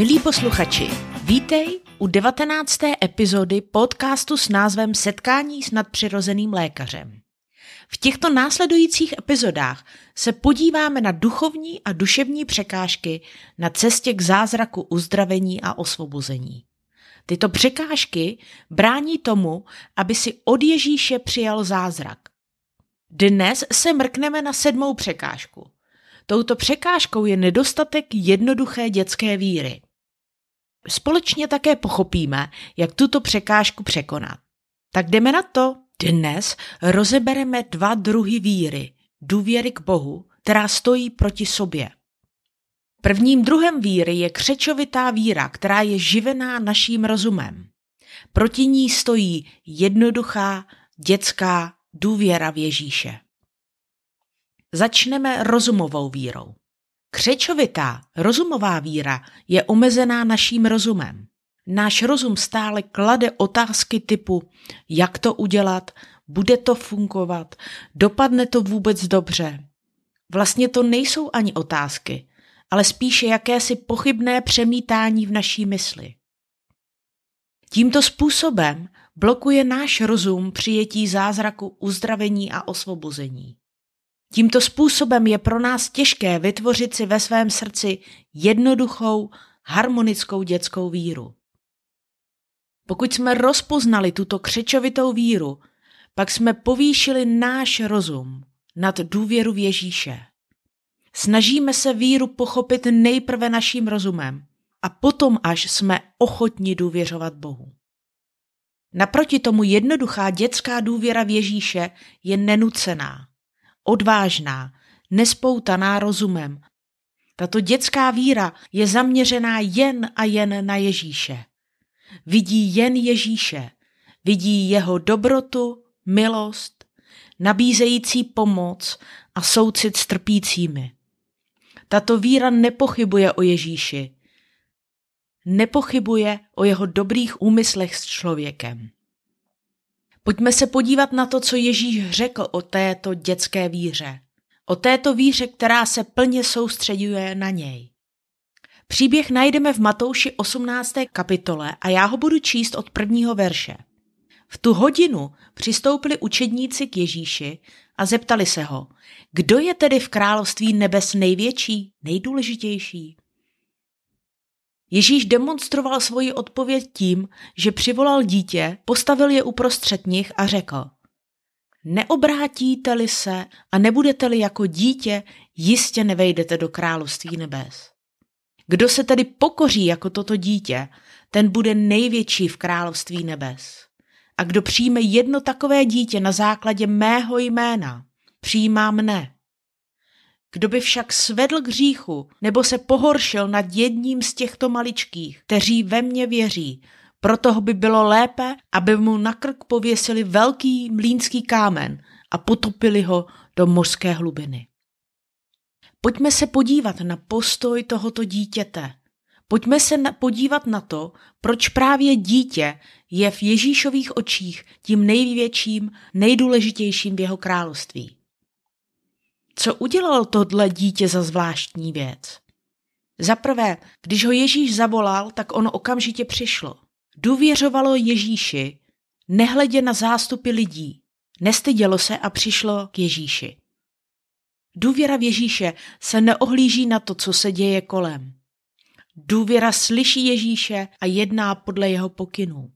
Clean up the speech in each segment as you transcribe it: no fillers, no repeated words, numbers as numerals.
Milí posluchači, vítej u 19. epizody podcastu s názvem Setkání s nadpřirozeným lékařem. V těchto následujících epizodách se podíváme na duchovní a duševní překážky na cestě k zázraku uzdravení a osvobození. Tyto překážky brání tomu, aby si od Ježíše přijal zázrak. Dnes se mrkneme na 7. překážku. Touto překážkou je nedostatek jednoduché dětské víry. Společně také pochopíme, jak tuto překážku překonat. Tak jdeme na to. Dnes rozebereme 2 druhy víry, důvěry k Bohu, která stojí proti sobě. Prvním druhem víry je křečovitá víra, která je živená naším rozumem. Proti ní stojí jednoduchá, dětská důvěra v Ježíše. Začneme rozumovou vírou. Křečovitá, rozumová víra je omezená naším rozumem. Náš rozum stále klade otázky typu, jak to udělat, bude to fungovat, dopadne to vůbec dobře. Vlastně to nejsou ani otázky, ale spíše jakési pochybné přemítání v naší mysli. Tímto způsobem blokuje náš rozum přijetí zázraku uzdravení a osvobození. Tímto způsobem je pro nás těžké vytvořit si ve svém srdci jednoduchou, harmonickou dětskou víru. Pokud jsme rozpoznali tuto křečovitou víru, pak jsme povýšili náš rozum nad důvěru v Ježíše. Snažíme se víru pochopit nejprve naším rozumem a potom až jsme ochotni důvěřovat Bohu. Naproti tomu jednoduchá dětská důvěra v Ježíše je nenucená, odvážná, nespoutaná rozumem. Tato dětská víra je zaměřená jen a jen na Ježíše. Vidí jen Ježíše, vidí jeho dobrotu, milost, nabízející pomoc a soucit s trpícími. Tato víra nepochybuje o Ježíši, nepochybuje o jeho dobrých úmyslech s člověkem. Pojďme se podívat na to, co Ježíš řekl o této dětské víře. O této víře, která se plně soustředuje na něj. Příběh najdeme v Matouši 18. kapitole a já ho budu číst od 1. verše. V tu hodinu přistoupili učedníci k Ježíši a zeptali se ho, kdo je tedy v království nebes největší, nejdůležitější? Ježíš demonstroval svoji odpověď tím, že přivolal dítě, postavil je uprostřed nich a řekl: Neobrátíte-li se a nebudete-li jako dítě, jistě nevejdete do království nebes. Kdo se tedy pokoří jako toto dítě, ten bude největší v království nebes. A kdo přijme jedno takové dítě na základě mého jména, přijímá mne. Kdo by však svedl k hříchu nebo se pohoršil nad jedním z těchto maličkých, kteří ve mně věří, proto by bylo lépe, aby mu na krk pověsili velký mlýnský kámen a potopili ho do mořské hlubiny. Pojďme se podívat na postoj tohoto dítěte. Pojďme se podívat na to, proč právě dítě je v Ježíšových očích tím největším, nejdůležitějším v jeho království. Co udělalo tohle dítě za zvláštní věc? Za prvé, když ho Ježíš zavolal, tak ono okamžitě přišlo. Důvěřovalo Ježíši, nehledě na zástupy lidí. Nestydělo se a přišlo k Ježíši. Důvěra v Ježíše se neohlíží na to, co se děje kolem. Důvěra slyší Ježíše a jedná podle jeho pokynů.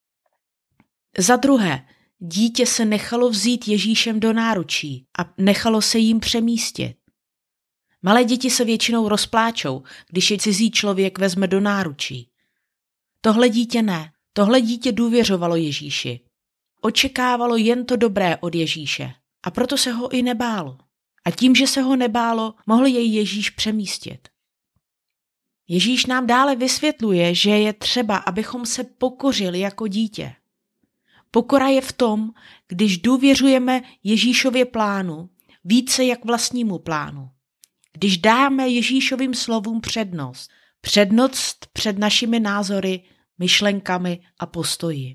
Za druhé, dítě se nechalo vzít Ježíšem do náručí a nechalo se jim přemístit. Malé děti se většinou rozpláčou, když je cizí člověk vezme do náručí. Tohle dítě ne, tohle dítě důvěřovalo Ježíši. Očekávalo jen to dobré od Ježíše a proto se ho i nebálo. A tím, že se ho nebálo, mohl jej Ježíš přemístit. Ježíš nám dále vysvětluje, že je třeba, abychom se pokořili jako dítě. Pokora je v tom, když důvěřujeme Ježíšově plánu více jak vlastnímu plánu. Když dáme Ježíšovým slovům přednost před našimi názory, myšlenkami a postoji.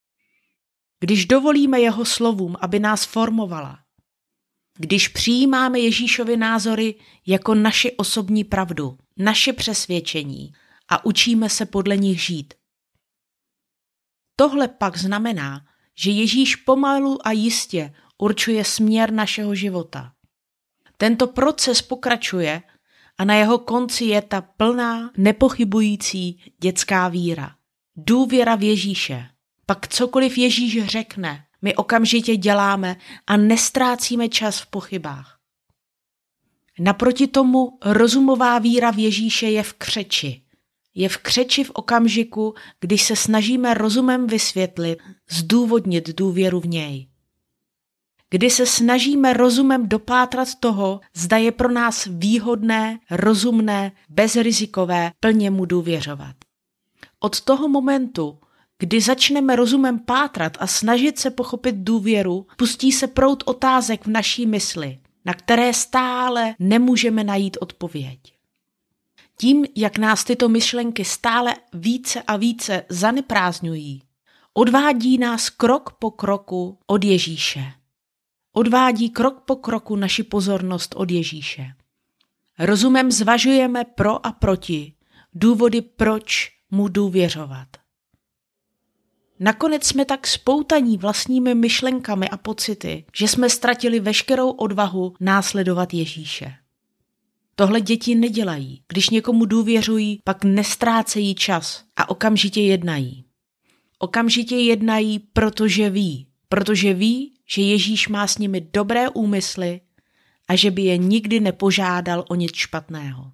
Když dovolíme jeho slovům, aby nás formovala. Když přijímáme Ježíšovy názory jako naši osobní pravdu, naše přesvědčení a učíme se podle nich žít. Tohle pak znamená, že Ježíš pomalu a jistě určuje směr našeho života. Tento proces pokračuje a na jeho konci je ta plná, nepochybující dětská víra. Důvěra v Ježíše. Pak cokoliv Ježíš řekne, my okamžitě děláme a nestrácíme čas v pochybách. Naproti tomu rozumová víra v Ježíše je v křeči. Je v křeči v okamžiku, když se snažíme rozumem vysvětlit, zdůvodnit důvěru v něj. Kdy se snažíme rozumem dopátrat toho, zda je pro nás výhodné, rozumné, bezrizikové plně mu důvěřovat. Od toho momentu, kdy začneme rozumem pátrat a snažit se pochopit důvěru, pustí se proud otázek v naší mysli, na které stále nemůžeme najít odpověď. Tím, jak nás tyto myšlenky stále více a více zaneprázdňují, odvádí nás krok po kroku od Ježíše. Odvádí krok po kroku naši pozornost od Ježíše. Rozumem zvažujeme pro a proti, důvody, proč mu důvěřovat. Nakonec jsme tak spoutaní vlastními myšlenkami a pocity, že jsme ztratili veškerou odvahu následovat Ježíše. Tohle děti nedělají. Když někomu důvěřují, pak nestrácejí čas a okamžitě jednají. Okamžitě jednají, protože ví, že Ježíš má s nimi dobré úmysly a že by je nikdy nepožádal o nic špatného.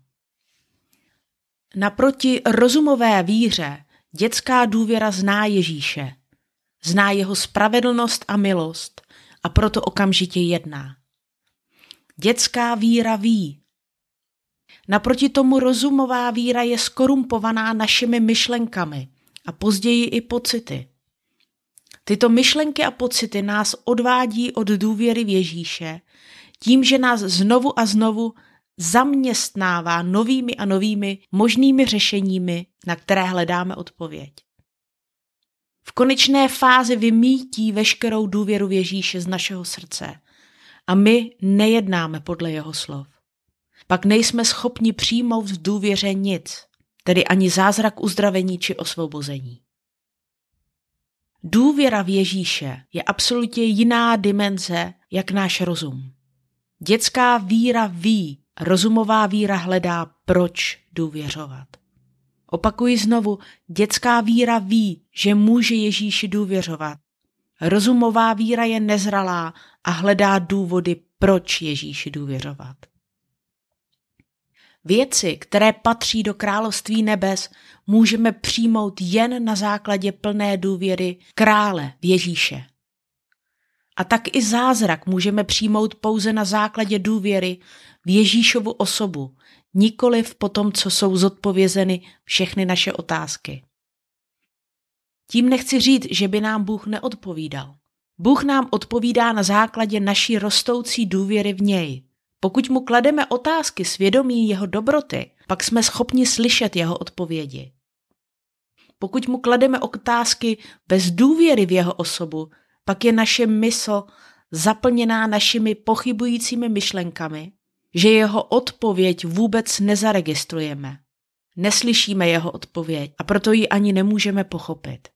Naproti rozumové víře dětská důvěra zná Ježíše, zná jeho spravedlnost a milost a proto okamžitě jedná. Dětská víra ví. Naproti tomu rozumová víra je skorumpovaná našimi myšlenkami a později i pocity. Tyto myšlenky a pocity nás odvádí od důvěry v Ježíše tím, že nás znovu a znovu zaměstnává novými a novými možnými řešeními, na které hledáme odpověď. V konečné fázi vymítí veškerou důvěru v Ježíše z našeho srdce a my nejednáme podle jeho slov. Pak nejsme schopni přijmout v důvěře nic, tedy ani zázrak uzdravení či osvobození. Důvěra v Ježíše je absolutně jiná dimenze, jak náš rozum. Dětská víra ví, rozumová víra hledá, proč důvěřovat. Opakuji znovu, dětská víra ví, že může Ježíši důvěřovat. Rozumová víra je nezralá a hledá důvody, proč Ježíši důvěřovat. Věci, které patří do království nebes, můžeme přijmout jen na základě plné důvěry krále v Ježíše. A tak i zázrak můžeme přijmout pouze na základě důvěry v Ježíšovu osobu, nikoliv po tom, co jsou zodpovězeny všechny naše otázky. Tím nechci říct, že by nám Bůh neodpovídal. Bůh nám odpovídá na základě naší rostoucí důvěry v něj. Pokud mu klademe otázky svědomí jeho dobroty, pak jsme schopni slyšet jeho odpovědi. Pokud mu klademe otázky bez důvěry v jeho osobu, pak je naše mysl zaplněná našimi pochybujícími myšlenkami, že jeho odpověď vůbec nezaregistrujeme. Neslyšíme jeho odpověď a proto ji ani nemůžeme pochopit.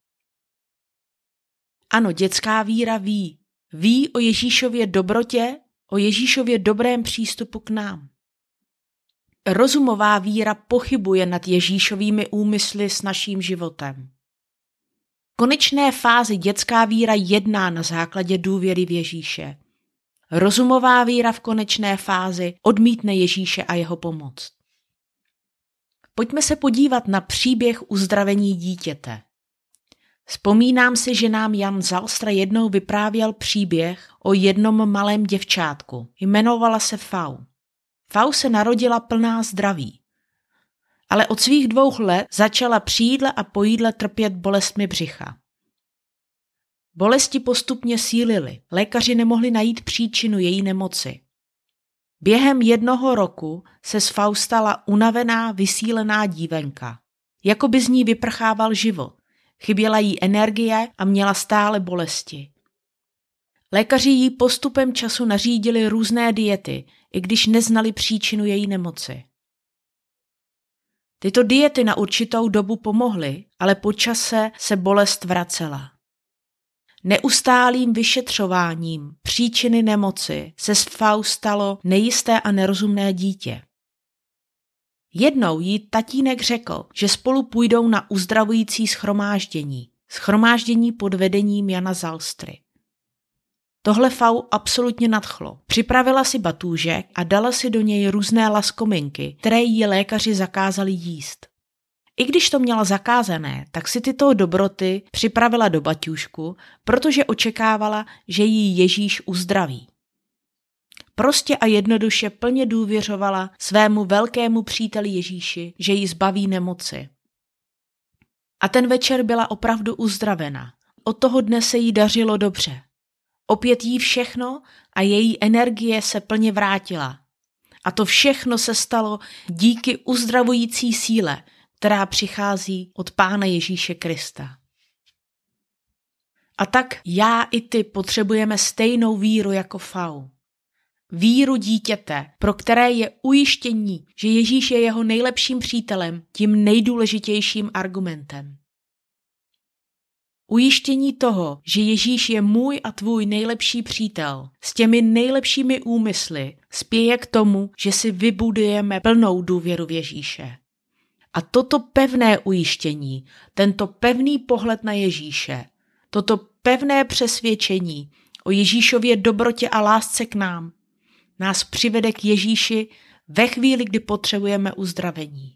Ano, dětská víra ví. Ví o Ježíšově dobrotě, o Ježíšově dobrém přístupu k nám. Rozumová víra pochybuje nad Ježíšovými úmysly s naším životem. V konečné fázi dětská víra jedná na základě důvěry v Ježíše. Rozumová víra v konečné fázi odmítne Ježíše a jeho pomoc. Pojďme se podívat na příběh uzdravení dítěte. Vzpomínám si, že nám Jan Zalstra jednou vyprávěl příběh o jednom malém děvčátku. Jmenovala se Fau. Fau se narodila plná zdraví. Ale od svých 2 let začala při jídle a po jídle trpět bolestmi břicha. Bolesti postupně sílily. Lékaři nemohli najít příčinu její nemoci. Během 1 roku se z Fau stala unavená, vysílená dívenka. Jako by z ní vyprchával život. Chyběla jí energie a měla stále bolesti. Lékaři jí postupem času nařídili různé diety, i když neznali příčinu její nemoci. Tyto diety na určitou dobu pomohly, ale po čase se bolest vracela. Neustálým vyšetřováním příčiny nemoci se z Fau stalo nejisté a nerozumné dítě. Jednou jí tatínek řekl, že spolu půjdou na uzdravující shromáždění pod vedením Jana Zalstry. Tohle Fau absolutně nadchlo. Připravila si batůžek a dala si do něj různé laskominky, které jí lékaři zakázali jíst. I když to měla zakázané, tak si tyto dobroty připravila do baťůžku, protože očekávala, že jí Ježíš uzdraví. Prostě a jednoduše plně důvěřovala svému velkému příteli Ježíši, že ji zbaví nemoci. A ten večer byla opravdu uzdravena. Od toho dne se jí dařilo dobře. Opět jí všechno a její energie se plně vrátila. A to všechno se stalo díky uzdravující síle, která přichází od Pána Ježíše Krista. A tak já i ty potřebujeme stejnou víru jako Fau. Víru dítěte, pro které je ujištění, že Ježíš je jeho nejlepším přítelem, tím nejdůležitějším argumentem. Ujištění toho, že Ježíš je můj a tvůj nejlepší přítel, s těmi nejlepšími úmysly, spěje k tomu, že si vybudujeme plnou důvěru v Ježíše. A toto pevné ujištění, tento pevný pohled na Ježíše, toto pevné přesvědčení o Ježíšově dobrotě a lásce k nám, nás přivede k Ježíši ve chvíli, kdy potřebujeme uzdravení.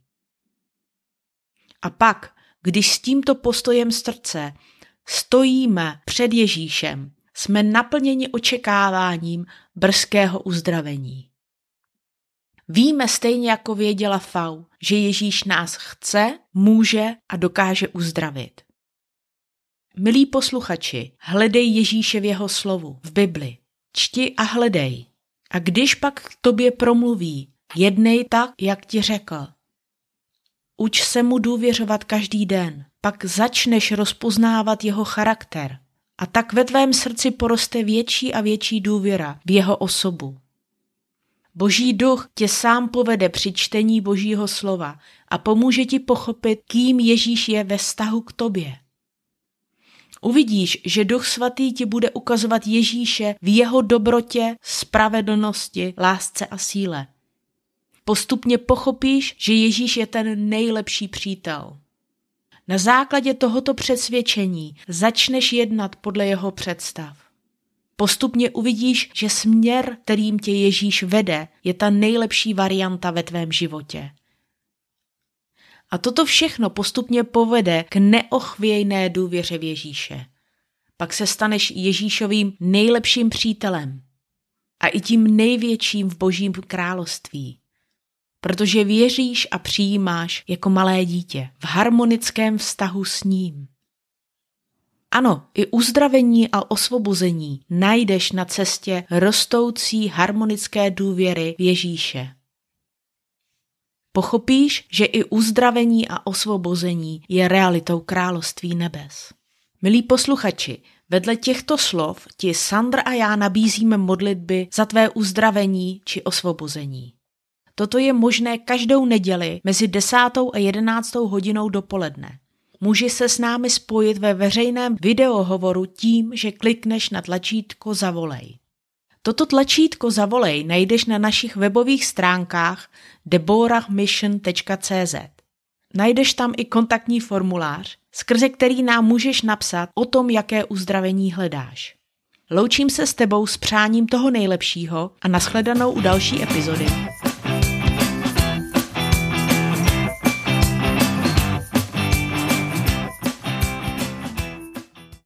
A pak, když s tímto postojem srdce stojíme před Ježíšem, jsme naplněni očekáváním brzkého uzdravení. Víme stejně jako věděla Fau, že Ježíš nás chce, může a dokáže uzdravit. Milí posluchači, hledej Ježíše v jeho slovu, v Bibli. Čti a hledej. A když pak k tobě promluví, jednej tak, jak ti řekl. Uč se mu důvěřovat každý den, pak začneš rozpoznávat jeho charakter. A tak ve tvém srdci poroste větší a větší důvěra v jeho osobu. Boží duch tě sám povede při čtení Božího slova a pomůže ti pochopit, kým Ježíš je ve vztahu k tobě. Uvidíš, že Duch Svatý ti bude ukazovat Ježíše v jeho dobrotě, spravedlnosti, lásce a síle. Postupně pochopíš, že Ježíš je ten nejlepší přítel. Na základě tohoto přesvědčení začneš jednat podle jeho představ. Postupně uvidíš, že směr, kterým tě Ježíš vede, je ta nejlepší varianta ve tvém životě. A toto všechno postupně povede k neochvějné důvěře v Ježíše. Pak se staneš Ježíšovým nejlepším přítelem a i tím největším v Božím království. Protože věříš a přijímáš jako malé dítě v harmonickém vztahu s ním. Ano, i uzdravení a osvobození najdeš na cestě rostoucí harmonické důvěry v Ježíše. Pochopíš, že i uzdravení a osvobození je realitou království nebes. Milí posluchači, vedle těchto slov ti Sandra a já nabízíme modlitby za tvé uzdravení či osvobození. Toto je možné každou neděli mezi 10. a 11. hodinou dopoledne. Můžeš se s námi spojit ve veřejném videohovoru tím, že klikneš na tlačítko Zavolej. Toto tlačítko Zavolej najdeš na našich webových stránkách deborahmission.cz. Najdeš tam i kontaktní formulář, skrze který nám můžeš napsat o tom, jaké uzdravení hledáš. Loučím se s tebou s přáním toho nejlepšího a nashledanou u další epizody.